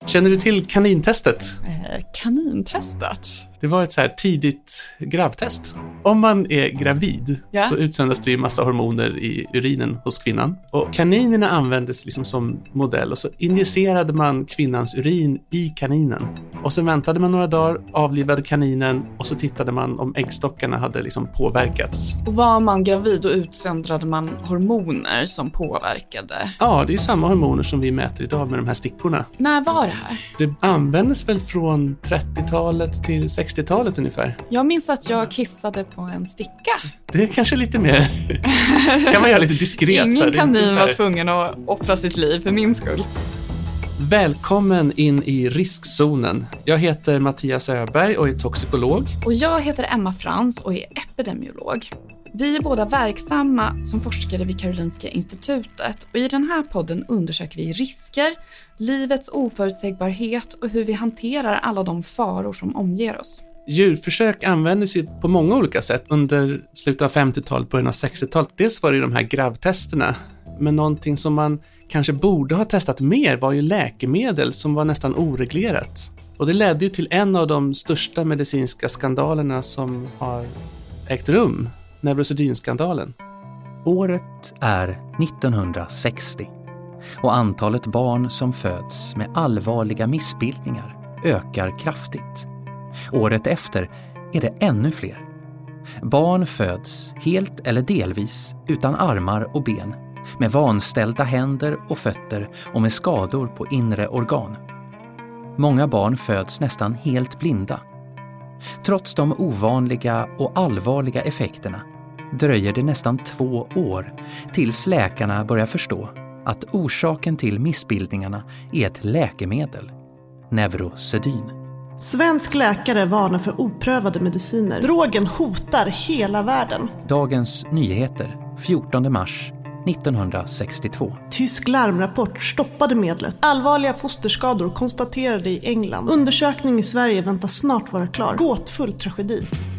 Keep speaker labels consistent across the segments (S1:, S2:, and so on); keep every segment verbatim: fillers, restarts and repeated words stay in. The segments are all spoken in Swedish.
S1: Känner du till kanintestet?
S2: Eh, kanintestet?
S1: Det var ett så här tidigt gravtest. Om man är gravid ja. så utsöndras det ju massa hormoner i urinen hos kvinnan. Och kaninerna användes liksom som modell och så injicerade man kvinnans urin i kaninen. Och sen väntade man några dagar, avlivade kaninen och så tittade man om äggstockarna hade liksom påverkats.
S2: Och var man gravid och utsöndrade man hormoner som påverkade?
S1: Ja, det är samma hormoner som vi mäter idag med de här stickorna.
S2: När var det här?
S1: Det användes väl från trettiotalet till sextiotalet ungefär.
S2: Jag minns att jag kissade på en sticka.
S1: Det är kanske lite mer... kan man göra lite diskret.
S2: Ingen
S1: så här.
S2: kanin var tvungen att offra sitt liv för min skull.
S1: Välkommen in i riskzonen. Jag heter Mattias Öberg och är toxikolog.
S2: Och jag heter Emma Frans och är epidemiolog. Vi är båda verksamma som forskare vid Karolinska institutet och i den här podden undersöker vi risker, livets oförutsägbarhet och hur vi hanterar alla de faror som omger oss.
S1: Djurförsök användes ju på många olika sätt under slutet av femtiotalet, början av sextiotalet. Dels var det ju de här gravtesterna, men någonting som man kanske borde ha testat mer var ju läkemedel som var nästan oreglerat. Och det ledde ju till en av de största medicinska skandalerna som har ägt rum. Neurosedynskandalen.
S3: Året är nittonhundrasextio och antalet barn som föds med allvarliga missbildningar ökar kraftigt. Året efter är det ännu fler. Barn föds helt eller delvis utan armar och ben, med vanställda händer och fötter och med skador på inre organ. Många barn föds nästan helt blinda. Trots de ovanliga och allvarliga effekterna dröjer det nästan två år tills läkarna börjar förstå att orsaken till missbildningarna är ett läkemedel, Neurosedyn.
S4: Svensk läkare varnar för oprövade mediciner. Drogen hotar hela världen.
S3: Dagens nyheter, fjortonde mars nittonhundrasextiotvå.
S4: Tysk larmrapport stoppade medlet. Allvarliga fosterskador konstaterade i England. Undersökning i Sverige väntas snart vara klar. Gåtfull tragedi.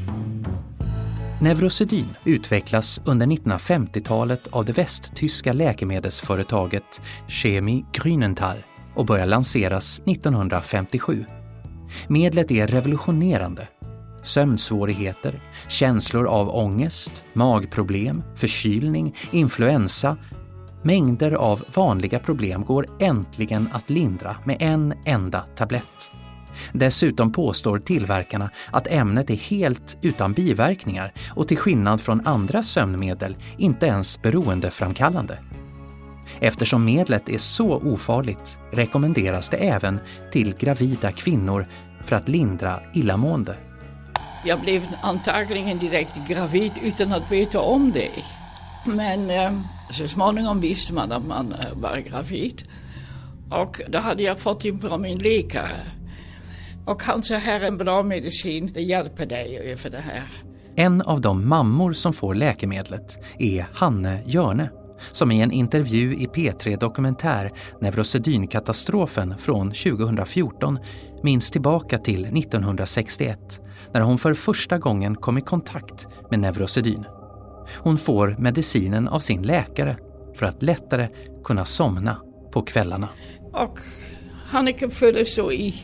S3: Neurosedyn utvecklas under nittonhundrafemtiotalet av det västtyska läkemedelsföretaget Chemie Grünenthal och börjar lanseras nittonhundrafemtiosju. Medlet är revolutionerande. Sömnsvårigheter, känslor av ångest, magproblem, förkylning, influensa. Mängder av vanliga problem går äntligen att lindra med en enda tablett. Dessutom påstår tillverkarna att ämnet är helt utan biverkningar och till skillnad från andra sömnmedel inte ens beroendeframkallande. Eftersom medlet är så ofarligt rekommenderas det även till gravida kvinnor för att lindra illamående.
S5: Jag blev antagligen direkt gravid utan att veta om det. Men eh, så småningom visste man att man eh, var gravid. Och då hade jag fått in på min läkare. Och han sa, här är en bra medicin, det hjälper dig för det här.
S3: En av de mammor som får läkemedlet är Hanne Hjörne, som i en intervju i P tre Dokumentär Neurosedynkatastrofen från tjugohundrafjorton minns tillbaka till nittonhundrasextioett när hon för första gången kom i kontakt med Neurosedyn. Hon får medicinen av sin läkare för att lättare kunna somna på kvällarna.
S5: Och Hanneke föddes så i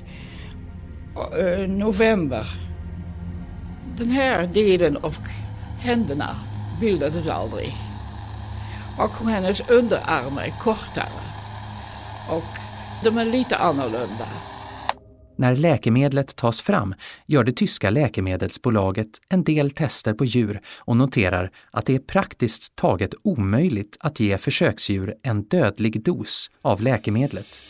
S5: uh, november. Den här delen av händerna bildades aldrig. Och hennes underarmar är kortare. Och de är lite annorlunda.
S3: När läkemedlet tas fram gör det tyska läkemedelsbolaget en del tester på djur och noterar att det är praktiskt taget omöjligt att ge försöksdjur en dödlig dos av läkemedlet.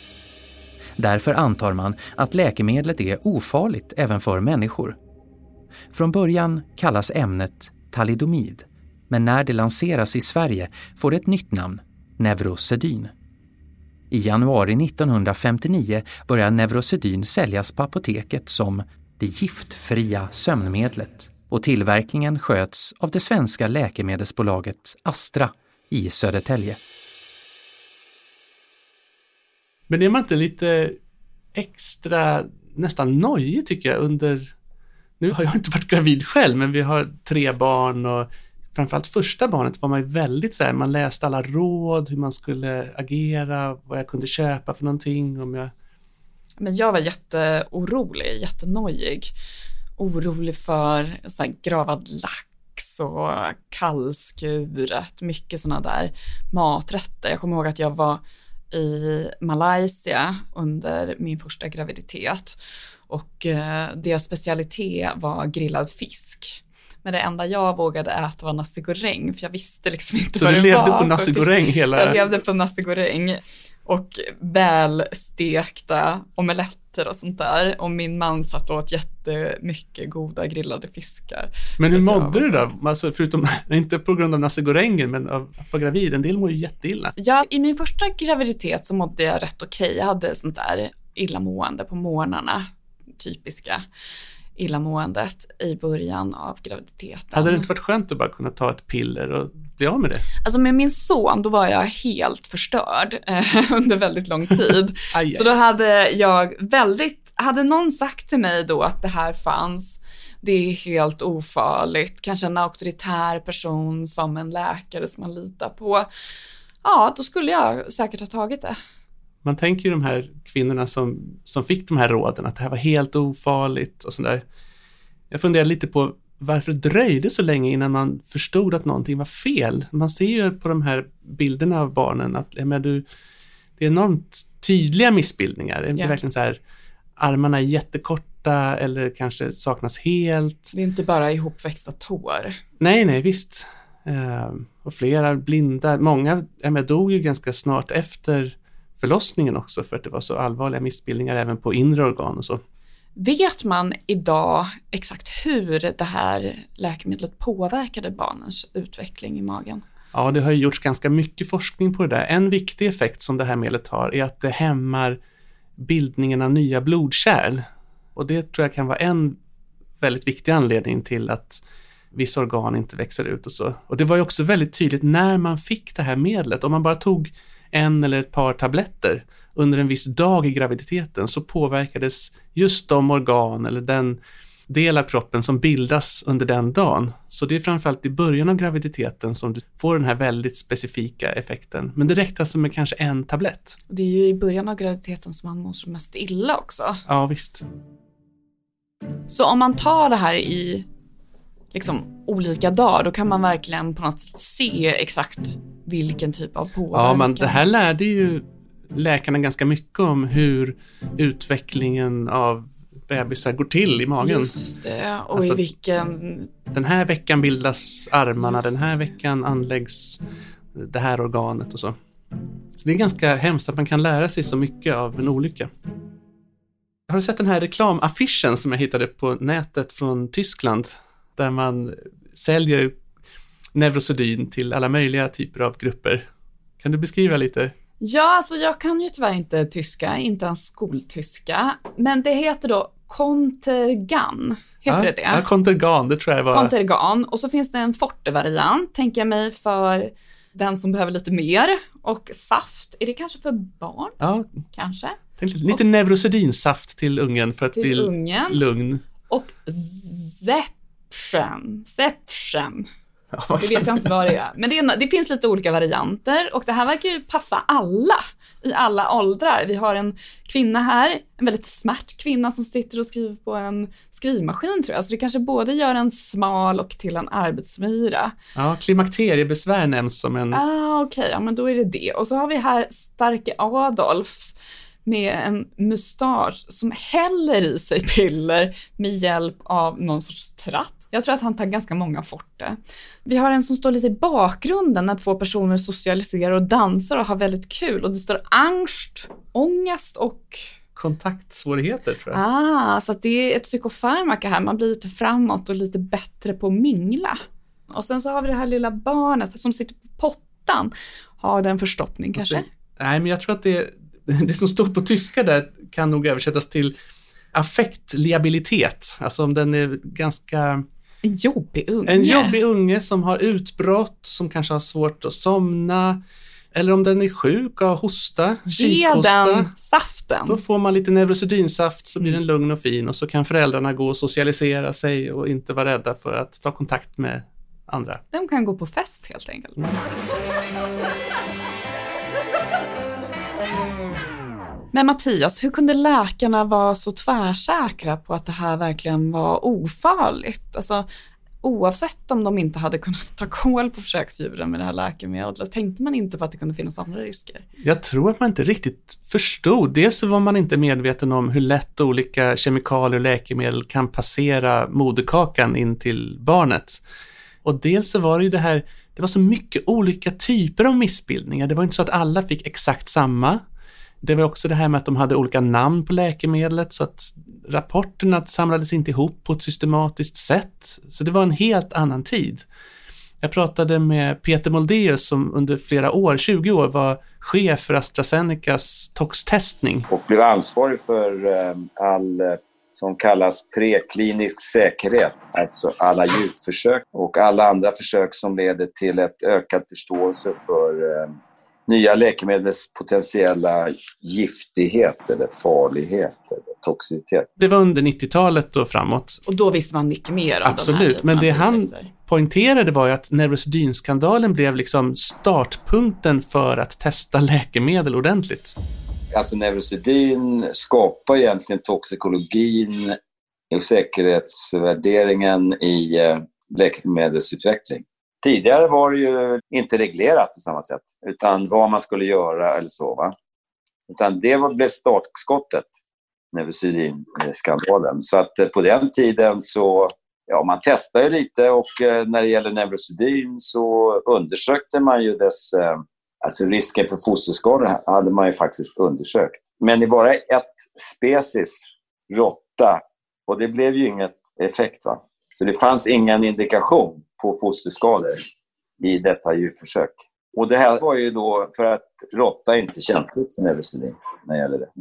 S3: Därför antar man att läkemedlet är ofarligt även för människor. Från början kallas ämnet thalidomid, men när det lanseras i Sverige får det ett nytt namn, Neurosedyn. I januari nittonhundrafemtionio börjar Neurosedyn säljas på apoteket som det giftfria sömnmedlet och tillverkningen sköts av det svenska läkemedelsbolaget Astra i Södertälje.
S1: Men är man inte lite extra nästan nojig tycker jag under... Nu har jag inte varit gravid själv, men vi har tre barn och framförallt första barnet var man ju väldigt så här, man läste alla råd, hur man skulle agera, vad jag kunde köpa för någonting, om jag
S2: Men jag var jätteorolig, jättenojig. Orolig för så här, gravad lax och kallskuret. Mycket såna där maträtter. Jag kommer ihåg att jag var i Malaysia under min första graviditet. Och eh, deras specialitet var grillad fisk. Men det enda jag vågade äta var nasi goreng. För jag visste liksom inte
S1: så
S2: vad det var.
S1: Så du levde på nasi goreng hela...
S2: Jag levde på nasi goreng. Och välstekta omeletter och sånt där. Och min man satt och åt jättemycket goda grillade fiskar.
S1: Men hur mådde du då? Alltså förutom, inte på grund av nasi gorengen, men av att vara gravid. En del mår ju jätteilla.
S2: Ja, i min första graviditet så mådde jag rätt okej. Jag hade sånt där illamående på morgnarna. Typiska illamåendet i början av graviditeten.
S1: Hade det inte varit skönt att bara kunna ta ett piller och bli av med det?
S2: Alltså med min son, då var jag helt förstörd eh, under väldigt lång tid.
S1: Aj, aj.
S2: Så då hade jag väldigt, hade någon sagt till mig då att det här fanns, det är helt ofarligt, kanske en auktoritär person som en läkare som man litar på. Ja, då skulle jag säkert ha tagit det.
S1: Man tänker ju de här kvinnorna som, som fick de här råden, att det här var helt ofarligt och sådär. Jag funderar lite på varför det dröjde så länge innan man förstod att någonting var fel. Man ser ju på de här bilderna av barnen att ja, men du, det är enormt tydliga missbildningar. Det är
S2: ja.
S1: verkligen så här, armarna är jättekorta eller kanske saknas helt.
S2: Det är inte bara ihopväxta tår.
S1: Nej, nej, visst. Uh, och flera blinda, många ja, men dog ju ganska snart efter förlossningen också för att det var så allvarliga missbildningar även på inre organ och så.
S2: Vet man idag exakt hur det här läkemedlet påverkade barnens utveckling i magen?
S1: Ja, det har ju gjorts ganska mycket forskning på det där. En viktig effekt som det här medlet har är att det hämmar bildningen av nya blodkärl. Och det tror jag kan vara en väldigt viktig anledning till att vissa organ inte växer ut och så. Och det var ju också väldigt tydligt när man fick det här medlet. Om man bara tog en eller ett par tabletter under en viss dag i graviditeten så påverkades just de organ eller den del av kroppen som bildas under den dagen. Så det är framförallt i början av graviditeten som du får den här väldigt specifika effekten. Men det räckte alltså med kanske en tablett.
S2: Det är ju i början av graviditeten som man mår som mest illa också.
S1: Ja, visst.
S2: Så om man tar det här i liksom olika dagar, då kan man verkligen på något sätt se exakt vilken typ av påverkan.
S1: Ja, men det här lärde ju läkarna ganska mycket om hur utvecklingen av bebisar går till i magen.
S2: Just det, och
S1: alltså,
S2: i vilken...
S1: Den här veckan bildas armarna, Just den här veckan anläggs det här organet och så. Så det är ganska hemskt att man kan lära sig så mycket av en olycka. Har du sett den här reklamaffischen som jag hittade på nätet från Tyskland? Där man säljer Neurosedyn till alla möjliga typer av grupper. Kan du beskriva lite?
S2: Ja, alltså jag kan ju tyvärr inte tyska, inte ens skoltyska. Men det heter då Contergan. Heter
S1: ja,
S2: det det?
S1: Ja, Contergan, det tror jag var.
S2: Contergan. Och så finns det en Forte-variant, tänker jag mig, för den som behöver lite mer. Och saft, är det kanske för barn?
S1: Ja.
S2: Kanske.
S1: Tänk lite, lite Neurosedynsaft till ungen för att
S2: till
S1: bli
S2: ungen.
S1: lugn.
S2: Och Zepchen. Zepchen.
S1: Ja,
S2: det vet jag inte vad det är. Men det, är, det finns lite olika varianter. Och det här verkar ju passa alla. I alla åldrar. Vi har en kvinna här. En väldigt smärt kvinna som sitter och skriver på en skrivmaskin, tror jag. Så det kanske både gör en smal och till en arbetsmyra.
S1: Ja, klimakteriebesvär nämns som en...
S2: Ah, okej. Okay. Ja, men då är det det. Och så har vi här starke Adolf med en mustasch som häller i sig piller med hjälp av någon sorts tratt. Jag tror att han tar ganska många Forte. Vi har en som står lite i bakgrunden när två personer socialiserar och dansar och har väldigt kul. Och det står angst, ångest och...
S1: kontaktsvårigheter, tror jag.
S2: Ah, så att det är ett psykofarmaka här. Man blir lite framåt och lite bättre på att mingla. Och sen så har vi det här lilla barnet som sitter på pottan. Har den förstoppning kanske?
S1: Alltså, nej, men jag tror att det, det som står på tyska där kan nog översättas till affektliabilitet. Alltså om den är ganska...
S2: En jobbig unge.
S1: En jobbig unge som har utbrott, som kanske har svårt att somna. Eller om den är sjuk och har hosta, kikhosta.
S2: Ge den saften.
S1: Då får man lite Neurosedynsaft så blir den lugn och fin. Och så kan föräldrarna gå och socialisera sig och inte vara rädda för att ta kontakt med andra.
S2: De kan gå på fest helt enkelt. Men Mattias, hur kunde läkarna vara så tvärsäkra på att det här verkligen var ofarligt? Alltså, oavsett om de inte hade kunnat ta koll på försöksdjuren med det här läkemedlet, tänkte man inte på att det kunde finnas andra risker?
S1: Jag tror att man inte riktigt förstod. Dels så var man inte medveten om hur lätt olika kemikalier och läkemedel kan passera moderkakan in till barnet. Och dels så var det ju det här, det var så mycket olika typer av missbildningar. Det var inte så att alla fick exakt samma. Det var också det här med att de hade olika namn på läkemedlet, så att rapporterna samlades inte ihop på ett systematiskt sätt. Så det var en helt annan tid. Jag pratade med Peter Moldéus som under flera år, tjugo år, var chef för AstraZenecas toxtestning.
S6: Och blev ansvarig för eh, all eh, som kallas preklinisk säkerhet, alltså alla djurförsök och alla andra försök som leder till ett ökad förståelse för eh, nya läkemedels potentiella giftighet eller farlighet eller toxicitet.
S1: Det var under nittiotalet och framåt.
S2: Och då visste man mycket mer om
S1: Absolut,
S2: de här
S1: men det han
S2: effekter.
S1: poängterade var ju att Neurosedyn-skandalen blev liksom startpunkten för att testa läkemedel ordentligt.
S6: Alltså Neurosedyn skapar egentligen toxikologin och säkerhetsvärderingen i eh, läkemedelsutveckling. Tidigare var det ju inte reglerat på samma sätt, utan vad man skulle göra eller så, va? Utan det var, blev startskottet, Neurosedyn-skandalen. Så att eh, på den tiden så, ja, man testade ju lite och eh, när det gäller Neurosedyn så undersökte man ju dess, eh, alltså risken för fosterskador hade man ju faktiskt undersökt. Men i bara ett species, råtta, och det blev ju inget effekt, va? Så det fanns ingen indikation på fosterskador i detta djurförsök. Och det här var ju då för att råtta inte känsligt för Neurosedyn när det gäller det.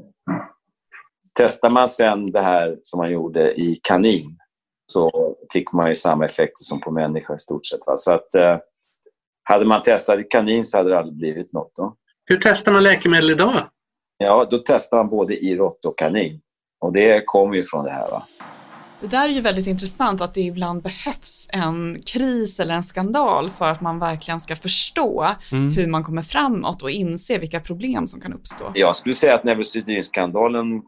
S6: Testar man sen det här som man gjorde i kanin så fick man ju samma effekter som på människa i stort sett. Va? Så att eh, hade man testat i kanin så hade det aldrig blivit något då.
S1: Hur testar man läkemedel idag?
S6: Ja, då testar man både i rått och kanin. Och det kommer ju från det här, va?
S2: Det där är ju väldigt intressant att det ibland behövs en kris eller en skandal för att man verkligen ska förstå mm. hur man kommer framåt och inse vilka problem som kan uppstå.
S6: Jag skulle säga att Neurosedyn-skandalen,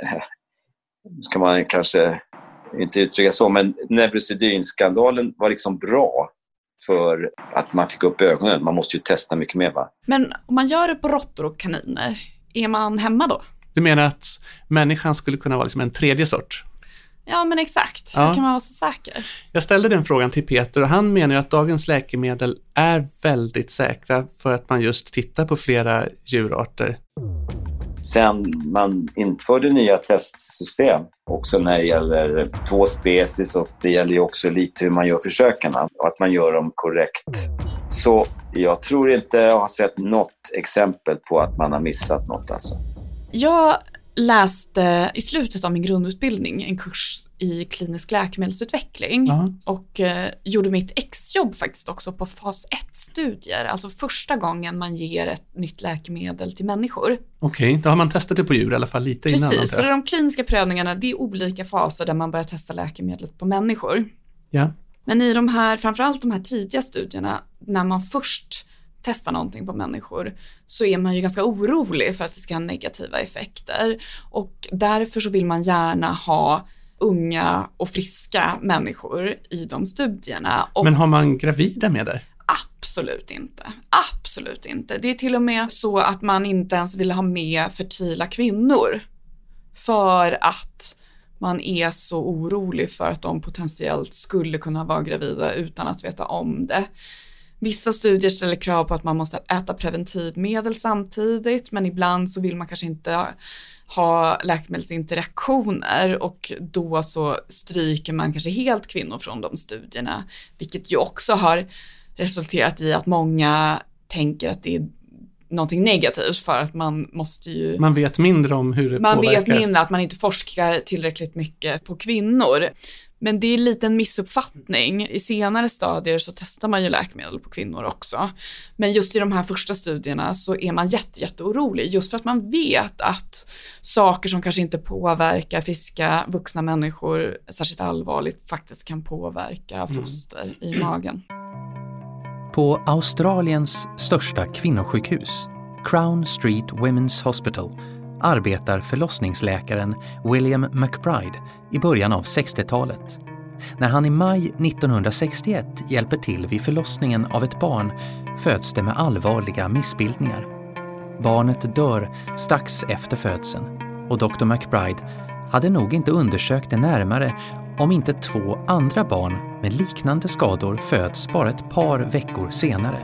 S6: ska man kanske inte uttrycka så, men Neurosedyn-skandalen var liksom bra för att man fick upp ögonen. Man måste ju testa mycket mer, va?
S2: Men om man gör det på råttor och kaniner, är man hemma då?
S1: Du menar att människan skulle kunna vara liksom en tredje sort?
S2: Ja, men exakt. Hur
S1: ja.
S2: kan man vara så säker?
S1: Jag ställde den frågan till Peter och han menar ju att dagens läkemedel är väldigt säkra för att man just tittar på flera djurarter.
S6: Sen man införde nya testsystem också när det gäller två species, och det gäller ju också lite hur man gör försökarna och att man gör dem korrekt. Så jag tror inte jag har sett något exempel på att man har missat något alltså.
S2: Jag läste i slutet av min grundutbildning en kurs i klinisk läkemedelsutveckling uh-huh. och eh, gjorde mitt exjobb faktiskt också på fas ett-studier, alltså första gången man ger ett nytt läkemedel till människor.
S1: Okej, okay, då har man testat det på djur i alla fall lite
S2: Precis,
S1: innan.
S2: Precis, så de kliniska prövningarna, det är olika faser där man börjar testa läkemedlet på människor.
S1: Ja.
S2: Men i de här, framförallt de här tidiga studierna, när man först testa någonting på människor så är man ju ganska orolig för att det ska ha negativa effekter, och därför så vill man gärna ha unga och friska människor i de studierna. Och
S1: men har man gravida med där?
S2: Absolut inte. Absolut inte. Det är till och med så att man inte ens vill ha med fertila kvinnor för att man är så orolig för att de potentiellt skulle kunna vara gravida utan att veta om det. Vissa studier ställer krav på att man måste äta preventivmedel samtidigt, men ibland så vill man kanske inte ha läkemedelsinteraktioner, och då så stryker man kanske helt kvinnor från de studierna, vilket ju också har resulterat i att många tänker att det är någonting negativt för att man måste ju...
S1: Man vet mindre om hur det
S2: man
S1: påverkar.
S2: Man vet mindre, att man inte forskar tillräckligt mycket på kvinnor. Men det är lite en missuppfattning. I senare stadier så testar man ju läkemedel på kvinnor också. Men just i de här första studierna så är man jätte, jätteorolig. Just för att man vet att saker som kanske inte påverkar friska vuxna människor särskilt allvarligt faktiskt kan påverka foster mm. i magen.
S3: På Australiens största kvinnosjukhus, Crown Street Women's Hospital, arbetar förlossningsläkaren William McBride i början av sextiotalet. När han i maj nittonhundrasextioett hjälper till vid förlossningen av ett barn föds det med allvarliga missbildningar. Barnet dör strax efter födseln och doktor McBride hade nog inte undersökt det närmare om inte två andra barn med liknande skador föds bara ett par veckor senare.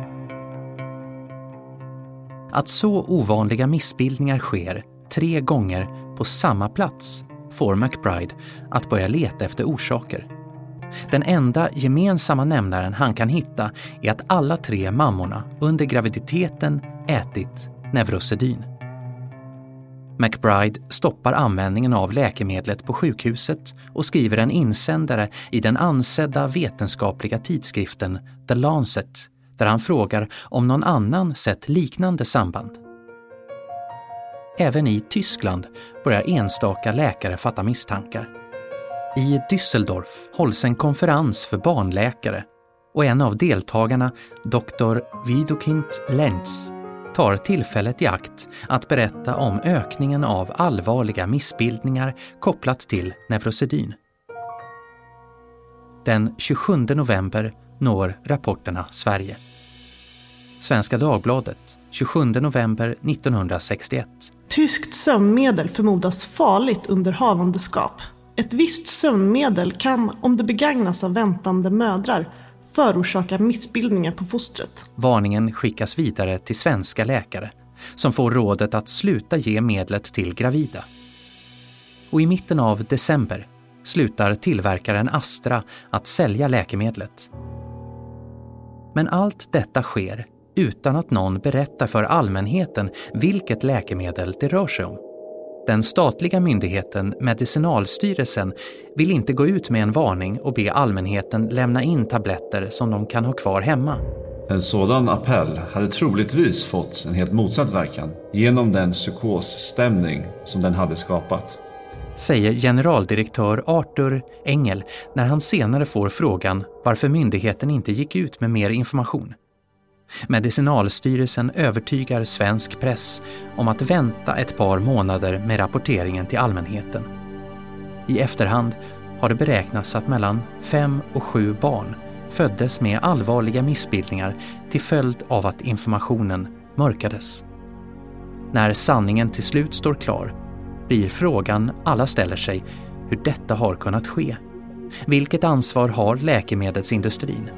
S3: Att så ovanliga missbildningar sker tre gånger på samma plats får McBride att börja leta efter orsaker. Den enda gemensamma nämnaren han kan hitta är att alla tre mammorna under graviditeten ätit Nevrosedyn. McBride stoppar användningen av läkemedlet på sjukhuset och skriver en insändare i den ansedda vetenskapliga tidskriften The Lancet, där han frågar om någon annan sett liknande samband. Även i Tyskland börjar enstaka läkare fatta misstankar. I Düsseldorf hålls en konferens för barnläkare och en av deltagarna, doktor Widukind Lenz, tar tillfället i akt att berätta om ökningen av allvarliga missbildningar kopplat till Nevrosedyn. Den tjugosjunde november når rapporterna Sverige. Svenska Dagbladet, tjugosjunde november nittonhundrasextioett.
S4: Tyskt sömnmedel förmodas farligt under havandeskap. Ett visst sömnmedel kan, om det begagnas av väntande mödrar, förorsaka missbildningar på fostret.
S3: Varningen skickas vidare till svenska läkare som får rådet att sluta ge medlet till gravida. Och i mitten av december slutar tillverkaren Astra att sälja läkemedlet. Men allt detta sker utan att någon berättar för allmänheten vilket läkemedel det rör sig om. Den statliga myndigheten Medicinalstyrelsen vill inte gå ut med en varning och be allmänheten lämna in tabletter som de kan ha kvar hemma.
S7: En sådan appell hade troligtvis fått en helt motsatt verkan genom den psykosstämning som den hade skapat.
S3: Säger generaldirektör Arthur Engel när han senare får frågan varför myndigheten inte gick ut med mer information. Medicinalstyrelsen övertygar svensk press om att vänta ett par månader med rapporteringen till allmänheten. I efterhand har det beräknats att mellan fem och sju barn föddes med allvarliga missbildningar till följd av att informationen mörkades. När sanningen till slut står klar blir frågan alla ställer sig hur detta har kunnat ske. Vilket ansvar har läkemedelsindustrin?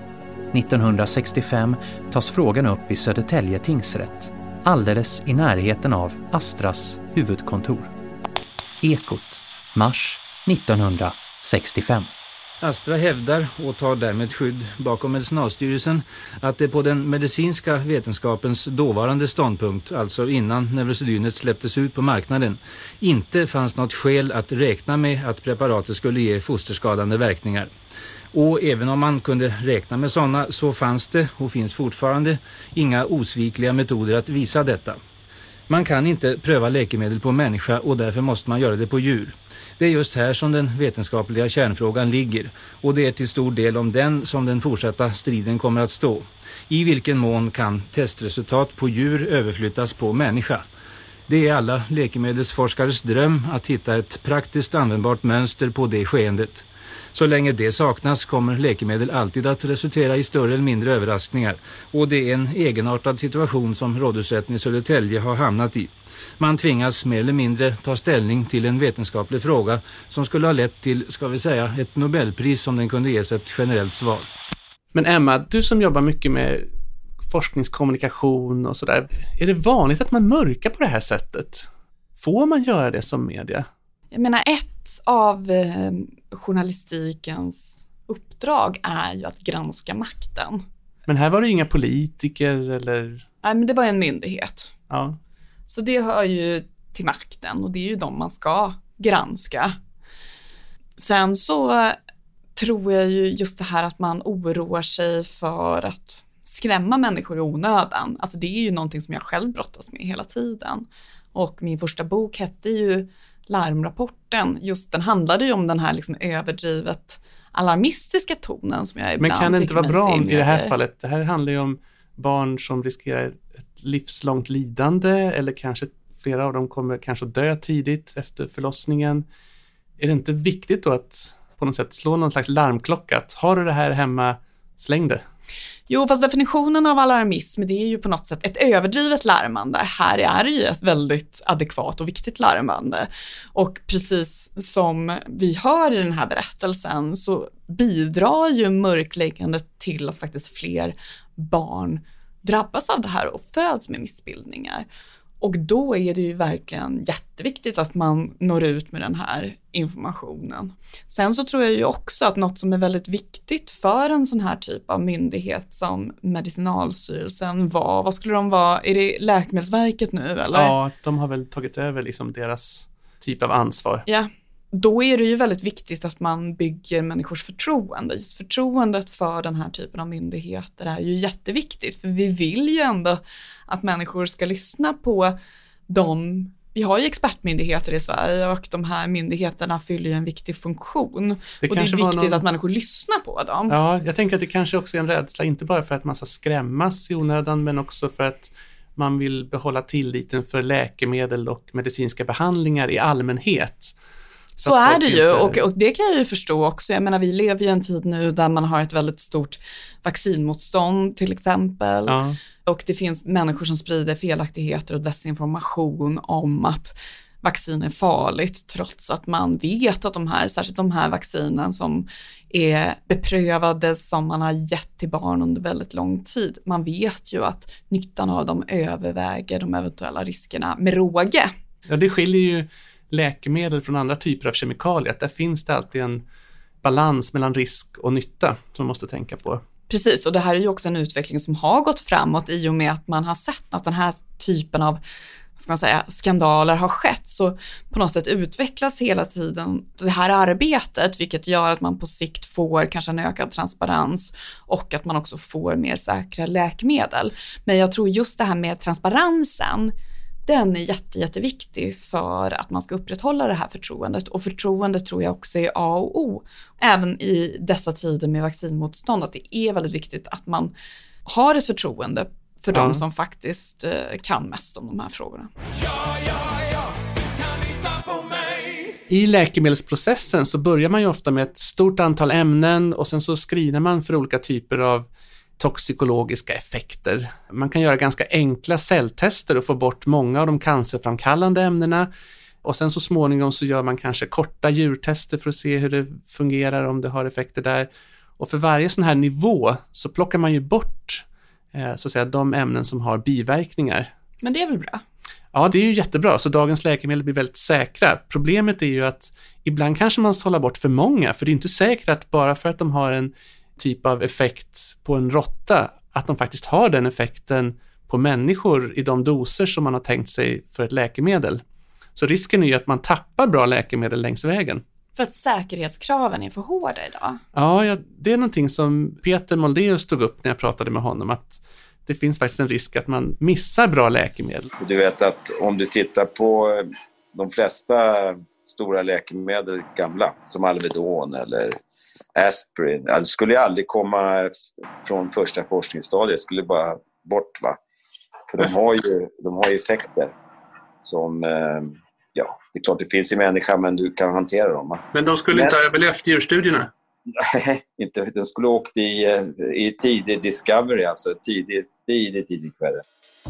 S3: nittonhundrasextiofem tas frågan upp i Södertälje tingsrätt, alldeles i närheten av Astras huvudkontor. Ekot, mars nittonhundrasextiofem.
S8: Astra hävdar och tar därmed skydd bakom Medicinalstyrelsen att det på den medicinska vetenskapens dåvarande ståndpunkt, alltså innan Nevrosedynet släpptes ut på marknaden, inte fanns något skäl att räkna med att preparatet skulle ge fosterskadande verkningar. Och även om man kunde räkna med sådana så fanns det, och finns fortfarande, inga osvikliga metoder att visa detta. Man kan inte pröva läkemedel på människa och därför måste man göra det på djur. Det är just här som den vetenskapliga kärnfrågan ligger, och det är till stor del om den som den fortsatta striden kommer att stå. I vilken mån kan testresultat på djur överflyttas på människa? Det är alla läkemedelsforskares dröm att hitta ett praktiskt användbart mönster på det skeendet. Så länge det saknas kommer läkemedel alltid att resultera i större eller mindre överraskningar, och det är en egenartad situation som Rådhusrätten i Södertälje har hamnat i. Man tvingas mer eller mindre ta ställning till en vetenskaplig fråga som skulle ha lett till, ska vi säga, ett Nobelpris om den kunde ges ett generellt svar.
S1: Men Emma, du som jobbar mycket med forskningskommunikation och sådär, är det vanligt att man mörkar på det här sättet? Får man göra det som media?
S2: Jag menar, ett av eh, journalistikens uppdrag är ju att granska makten.
S1: Men här var det ju inga politiker eller...
S2: Nej, men det var en myndighet.
S1: Ja.
S2: Så det hör ju till makten och det är ju de man ska granska. Sen så tror jag ju just det här att man oroar sig för att skrämma människor i onödan. Alltså det är ju någonting som jag själv brottas med hela tiden. Och min första bok hette ju Larmrapporten. Just den handlade ju om den här liksom överdrivet alarmistiska tonen som jag ibland
S1: Men kan det inte vara bra om, i det här
S2: med.
S1: fallet? Det här handlar ju om barn som riskerar ett livslångt lidande eller kanske flera av dem kommer kanske att dö tidigt efter förlossningen. Är det inte viktigt då att på något sätt slå någon slags larmklocka? Att har du det här hemma, släng det.
S2: Jo, fast definitionen av alarmism, det är ju på något sätt ett överdrivet larmande. Här är det ju ett väldigt adekvat och viktigt larmande. Och precis som vi hör i den här berättelsen så bidrar ju mörkläggandet till att faktiskt fler barn drabbas av det här och föds med missbildningar. Och då är det ju verkligen jätteviktigt att man når ut med den här informationen. Sen så tror jag ju också att något som är väldigt viktigt för en sån här typ av myndighet som Medicinalstyrelsen var, vad skulle de vara? Är det Läkemedelsverket nu eller?
S1: Ja, de har väl tagit över liksom deras typ av ansvar.
S2: Ja, då är det ju väldigt viktigt att man bygger människors förtroende. Just förtroendet för den här typen av myndigheter är ju jätteviktigt. För vi vill ju ändå att människor ska lyssna på dem. Vi har ju expertmyndigheter i Sverige och de här myndigheterna fyller ju en viktig funktion. Det och det är viktigt någon... att människor lyssnar på dem.
S1: Ja, jag tänker att det kanske också är en rädsla, inte bara för att man ska skrämmas i onödan, men också för att man vill behålla tilliten för läkemedel och medicinska behandlingar i allmänhet.
S2: Så, så är det ju och, och det kan jag ju förstå också. Jag menar, vi lever ju i en tid nu där man har ett väldigt stort vaccinmotstånd till exempel. Ja. Och det finns människor som sprider felaktigheter och desinformation om att vaccin är farligt trots att man vet att de här, särskilt de här vaccinen som är beprövade som man har gett till barn under väldigt lång tid. Man vet ju att nyttan av dem överväger de eventuella riskerna med råge.
S1: Ja, det skiljer ju läkemedel från andra typer av kemikalier. Att där finns det alltid en balans mellan risk och nytta som man måste tänka på.
S2: Precis, och det här är ju också en utveckling som har gått framåt i och med att man har sett att den här typen av vad ska man säga, skandaler har skett. Så på något sätt utvecklas hela tiden det här arbetet, vilket gör att man på sikt får kanske en ökad transparens och att man också får mer säkra läkemedel. Men jag tror just det här med transparensen, den är jätte, jätteviktig för att man ska upprätthålla det här förtroendet. Och förtroendet tror jag också är A och O. Även i dessa tider med vaccinmotstånd, att det är väldigt viktigt att man har ett förtroende för ja. de som faktiskt eh, kan mest om de här frågorna. Ja, ja, ja, kan lita på mig.
S1: I läkemedelsprocessen så börjar man ju ofta med ett stort antal ämnen och sen så screenar man för olika typer av toxikologiska effekter. Man kan göra ganska enkla celltester och få bort många av de cancerframkallande ämnena. Och sen så småningom så gör man kanske korta djurtester för att se hur det fungerar, om det har effekter där. Och för varje sån här nivå så plockar man ju bort eh, så att säga, de ämnen som har biverkningar.
S2: Men det är väl bra?
S1: Ja, det är ju jättebra. Så dagens läkemedel blir väldigt säkra. Problemet är ju att ibland kanske man sållar bort för många. För det är inte säkert att bara för att de har en typ av effekt på en råtta, att de faktiskt har den effekten på människor i de doser som man har tänkt sig för ett läkemedel. Så risken är ju att man tappar bra läkemedel längs vägen.
S2: För att säkerhetskraven är för hårda idag?
S1: Ja, ja det är någonting som Peter Moldéus tog upp när jag pratade med honom, att det finns faktiskt en risk att man missar bra läkemedel.
S6: Du vet att om du tittar på de flesta stora läkemedel, gamla, som Alvedon eller aspirin, alltså skulle jag aldrig komma från första forskningsstadiet, skulle bara bort, va? För de har ju, de har ju effekter som, ja, det är klart det finns i människan, men du kan hantera dem, va?
S1: Men de skulle men, inte ha överlevt djurstudierna?
S6: Nej, inte. De skulle ha åkt i, i tidig discovery, alltså tidigt, tidigt, tidigt skede.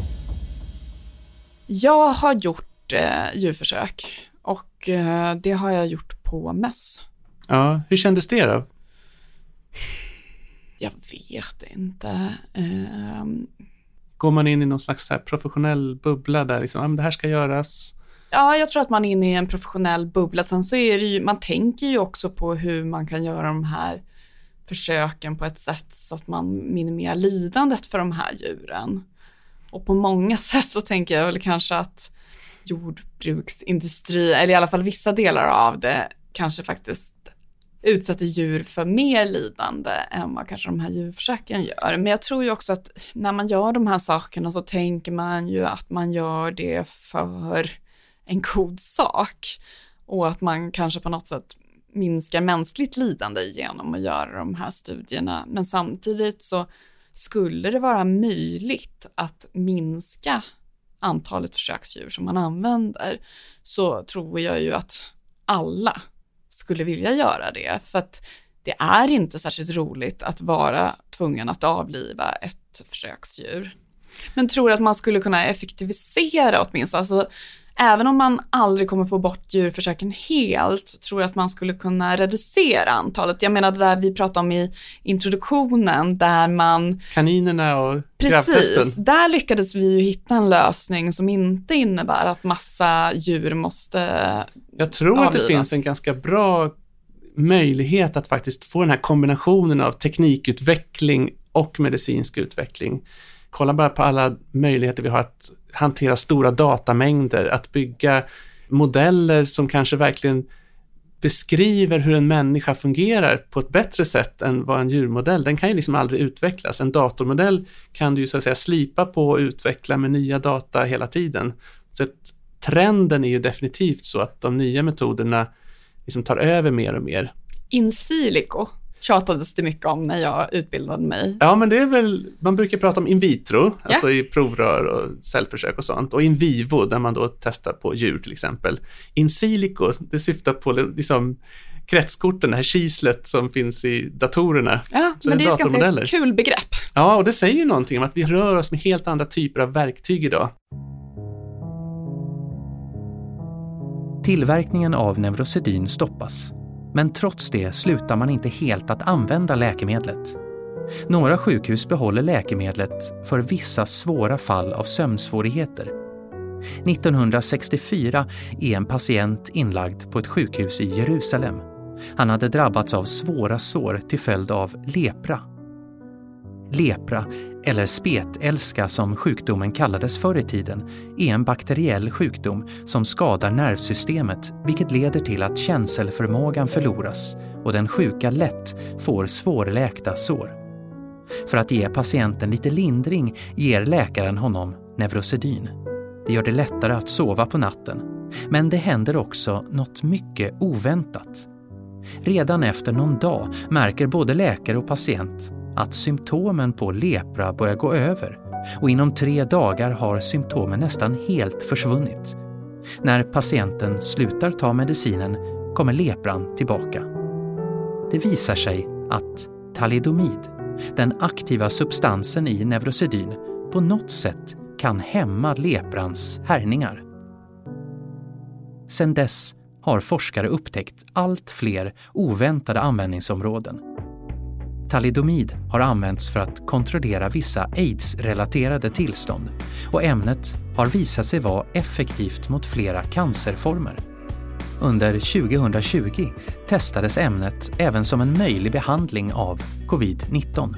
S2: Jag har gjort eh, djurförsök och eh, det har jag gjort på möss.
S1: Ja, hur kändes det då?
S2: Jag vet inte. Um...
S1: Går man in i någon slags så här professionell bubbla där liksom, ah, men det här ska göras?
S2: Ja, jag tror att man är inne i en professionell bubbla. Sen så är det ju, man tänker ju också på hur man kan göra de här försöken på ett sätt så att man minimerar lidandet för de här djuren. Och på många sätt så tänker jag väl kanske att jordbruksindustri, eller i alla fall vissa delar av det, kanske faktiskt utsätter djur för mer lidande än vad kanske de här djurförsöken gör. Men jag tror ju också att när man gör de här sakerna så tänker man ju att man gör det för en god sak. Och att man kanske på något sätt minskar mänskligt lidande genom att göra de här studierna. Men samtidigt så skulle det vara möjligt att minska antalet försöksdjur som man använder, så tror jag ju att alla skulle vilja göra det. För att det är inte särskilt roligt att vara tvungen att avliva ett försöksdjur. Men tror att man skulle kunna effektivisera åtminstone. Alltså, även om man aldrig kommer få bort djurförsöken helt, så tror jag att man skulle kunna reducera antalet. Jag menar det där vi pratade om i introduktionen, där man...
S1: Kaninerna och gravtesten.
S2: Precis, där lyckades vi ju hitta en lösning som inte innebär att massa djur måste
S1: Jag tror
S2: avlivas.
S1: Att det finns en ganska bra möjlighet att faktiskt få den här kombinationen av teknikutveckling och medicinsk utveckling. Kolla bara på alla möjligheter vi har att hantera stora datamängder, att bygga modeller som kanske verkligen beskriver hur en människa fungerar på ett bättre sätt än vad en djurmodell. Den kan ju liksom aldrig utvecklas. En datormodell kan du ju så att säga slipa på och utveckla med nya data hela tiden. Så att trenden är ju definitivt så att de nya metoderna liksom tar över mer och mer.
S2: In silico tjatades det mycket om när jag utbildade mig.
S1: Ja, men det är väl, man brukar prata om in vitro, ja. Alltså i provrör och cellförsök och sånt. Och in vivo, där man då testar på djur till exempel. In silico, det syftar på liksom kretskorten, det här kislet som finns i datorerna.
S2: Ja,
S1: så
S2: men
S1: det
S2: är, det är ett ganska kul begrepp.
S1: Ja, och det säger ju någonting om att vi rör oss med helt andra typer av verktyg idag.
S3: Tillverkningen av Neurosedyn stoppas. Men trots det slutar man inte helt att använda läkemedlet. Några sjukhus behåller läkemedlet för vissa svåra fall av sömnsvårigheter. nittonhundrasextiofyra är en patient inlagd på ett sjukhus i Jerusalem. Han hade drabbats av svåra sår till följd av lepra. Lepra, eller spetälska som sjukdomen kallades förr i tiden, är en bakteriell sjukdom som skadar nervsystemet, vilket leder till att känselförmågan förloras och den sjuka lätt får svårläkta sår. För att ge patienten lite lindring ger läkaren honom Neurosedyn. Det gör det lättare att sova på natten, men det händer också något mycket oväntat. Redan efter någon dag märker både läkare och patient att symptomen på lepra börjar gå över, och inom tre dagar har symptomen nästan helt försvunnit. När patienten slutar ta medicinen kommer lepran tillbaka. Det visar sig att thalidomid, den aktiva substansen i Neurosedyn, på något sätt kan hämma leprans härningar. Sedan dess har forskare upptäckt allt fler oväntade användningsområden. Thalidomid har använts för att kontrollera vissa AIDS-relaterade tillstånd, och ämnet har visat sig vara effektivt mot flera cancerformer. Under tjugohundratjugo testades ämnet även som en möjlig behandling av covid nitton.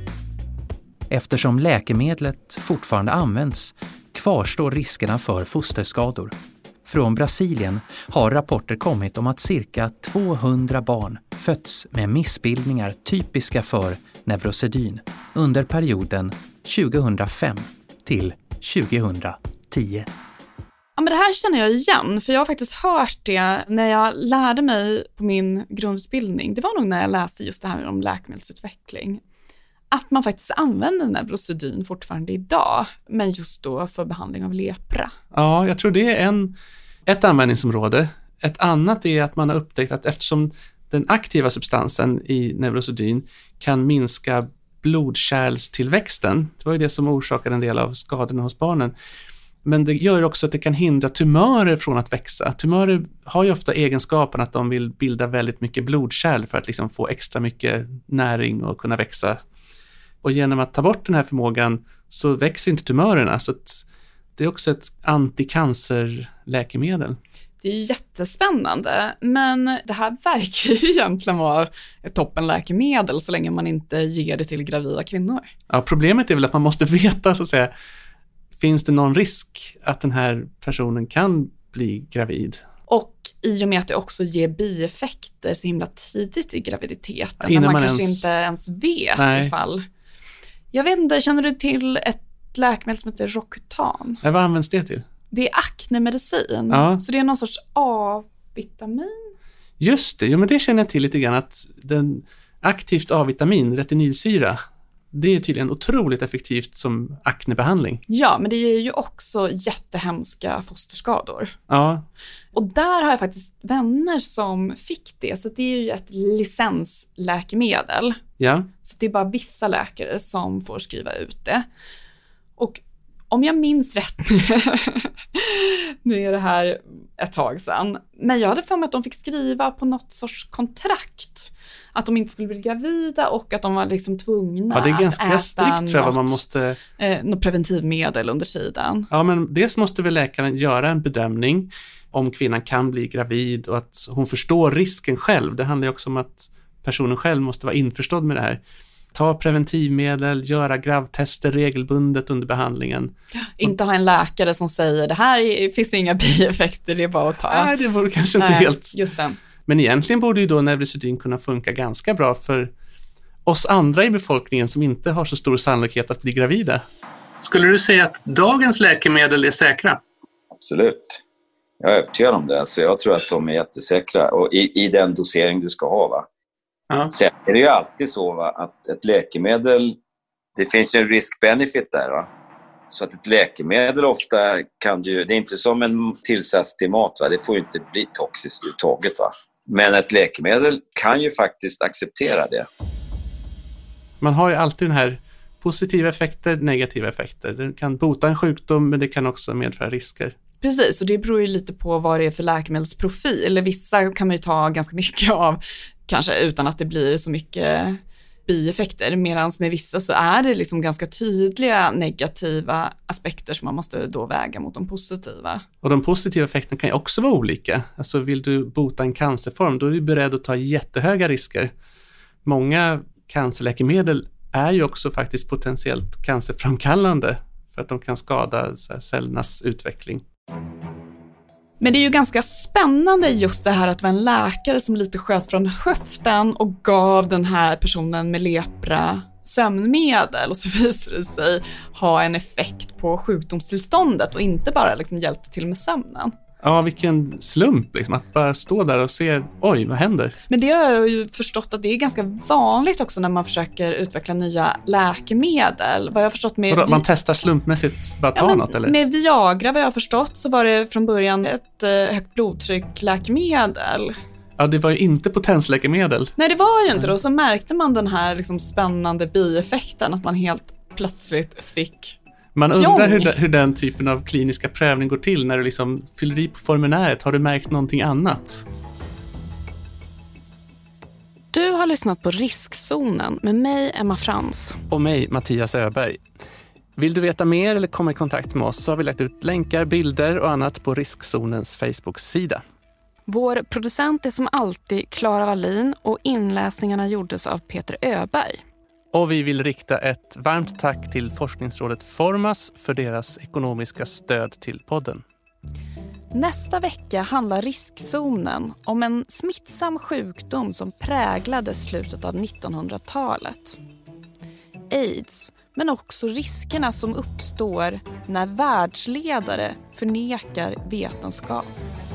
S3: Eftersom läkemedlet fortfarande används kvarstår riskerna för fosterskador. Från Brasilien har rapporter kommit om att cirka tvåhundra barn fötts med missbildningar typiska för Neurosedyn under perioden tjugohundrafem till tjugohundratio.
S2: Ja, men det här känner jag igen, för jag har faktiskt hört det när jag lärde mig på min grundutbildning. Det var nog när jag läste just det här om läkemedelsutveckling. Att man faktiskt använder Neurosedyn fortfarande idag, men just då för behandling av lepra.
S1: Ja, jag tror det är en, ett användningsområde. Ett annat är att man har upptäckt att eftersom den aktiva substansen i Neurosedyn kan minska blodkärlstillväxten, det var ju det som orsakade en del av skadorna hos barnen, men det gör också att det kan hindra tumörer från att växa. Tumörer har ju ofta egenskapen att de vill bilda väldigt mycket blodkärl för att liksom få extra mycket näring och kunna växa. Och genom att ta bort den här förmågan så växer inte tumörerna. Så att det är också ett anticancerläkemedel.
S2: Det är jättespännande, men det här verkar ju egentligen vara ett toppenläkemedel så länge man inte ger det till gravida kvinnor.
S1: Ja, problemet är väl att man måste veta, så att säga, finns det någon risk att den här personen kan bli gravid?
S2: Och i och med att det också ger bieffekter så himla tidigt i graviditeten.
S1: Innan
S2: man,
S1: man
S2: kanske
S1: ens...
S2: inte ens vet.
S1: Nej.
S2: Ifall. Jag vet inte, känner du till ett läkemedel som heter Rocutan?
S1: Ja, vad används det till?
S2: Det är aknemedicin. Ja. Så det är någon sorts A-vitamin.
S1: Just det, jo, men det känner jag till lite grann, att den aktivt A-vitamin, retinylsyra, Det är tydligen otroligt effektivt som aknebehandling.
S2: Ja, men det ger ju också jättehemska fosterskador.
S1: Ja.
S2: Och där har jag faktiskt vänner som fick det. Så det är ju ett licensläkemedel.
S1: Ja.
S2: Så det är bara vissa läkare som får skriva ut det. Och om jag minns rätt, nu är det här ett tag sedan, men jag hade för mig att de fick skriva på något sorts kontrakt. Att de inte skulle bli gravida och att de var liksom tvungna
S1: ja, det är ganska
S2: att äta
S1: strikt tror jag vad man måste...
S2: Eh, något preventivmedel under tiden.
S1: Ja, men dels måste väl läkaren göra en bedömning om kvinnan kan bli gravid och att hon förstår risken själv. Det handlar ju också om att personen själv måste vara införstådd med det här. Ta preventivmedel, göra gravtester regelbundet under behandlingen.
S2: Inte ha en läkare som säger det här finns inga bieffekter, det är bara att ta.
S1: Nej, det vore kanske inte
S2: Nej,
S1: helt...
S2: Just det.
S1: Men egentligen borde ju då Nevrosedyn kunna funka ganska bra för oss andra i befolkningen som inte har så stor sannolikhet att bli gravida. Skulle du säga att dagens läkemedel är säkra?
S6: Absolut. Jag är övertygad om det. Alltså jag tror att de är jättesäkra och i, i den dosering du ska ha, va?
S1: Ja.
S6: Sen är det ju alltid så, va, att ett läkemedel, det finns ju en risk-benefit där, va? Så att ett läkemedel ofta kan ju, det är inte som en tillsats till mat, va? Det får ju inte bli toxiskt uttaget, va? Men ett läkemedel kan ju faktiskt acceptera det.
S1: Man har ju alltid den här positiva effekter, negativa effekter. Det kan bota en sjukdom men det kan också medföra risker.
S2: Precis, och det beror ju lite på vad det är för läkemedelsprofil. Vissa kan man ju ta ganska mycket av, kanske utan att det blir så mycket bieffekter. Medan med vissa så är det liksom ganska tydliga negativa aspekter som man måste då väga mot de positiva.
S1: Och de positiva effekterna kan ju också vara olika. Alltså vill du bota en cancerform, då är du beredd att ta jättehöga risker. Många cancerläkemedel är ju också faktiskt potentiellt cancerframkallande för att de kan skada så här, cellernas utveckling.
S2: Men det är ju ganska spännande just det här att det var en läkare som lite sköt från höften och gav den här personen med lepra sömnmedel och så visade det sig ha en effekt på sjukdomstillståndet och inte bara liksom hjälpte till med sömnen.
S1: Ja, vilken slump liksom, att bara stå där och se, oj, vad händer?
S2: Men det har jag ju förstått att det är ganska vanligt också när man försöker utveckla nya läkemedel. Vad jag har förstått med
S1: Vadå,
S2: vi...
S1: man testar slumpmässigt, bara ta
S2: ja,
S1: något eller?
S2: Med Viagra, vad jag har förstått, så var det från början ett eh, högt blodtryck-läkemedel.
S1: Ja, det var ju inte potensläkemedel.
S2: Nej, det var ju inte det. Och så märkte man den här liksom spännande bieffekten, att man helt plötsligt fick...
S1: Man undrar hur, hur den typen av kliniska prövning går till när du liksom fyller i på formuläret. Har du märkt någonting annat?
S2: Du har lyssnat på Riskzonen med mig, Emma Frans.
S1: Och mig, Mattias Öberg. Vill du veta mer eller komma i kontakt med oss så har vi lagt ut länkar, bilder och annat på Riskzonens Facebook-sida.
S2: Vår producent är som alltid Clara Wallin och inläsningarna gjordes av Peter Öberg.
S1: Och vi vill rikta ett varmt tack till forskningsrådet Formas för deras ekonomiska stöd till podden.
S2: Nästa vecka handlar Riskzonen om en smittsam sjukdom som präglade slutet av nittonhundratalet. AIDS, men också riskerna som uppstår när världsledare förnekar vetenskap.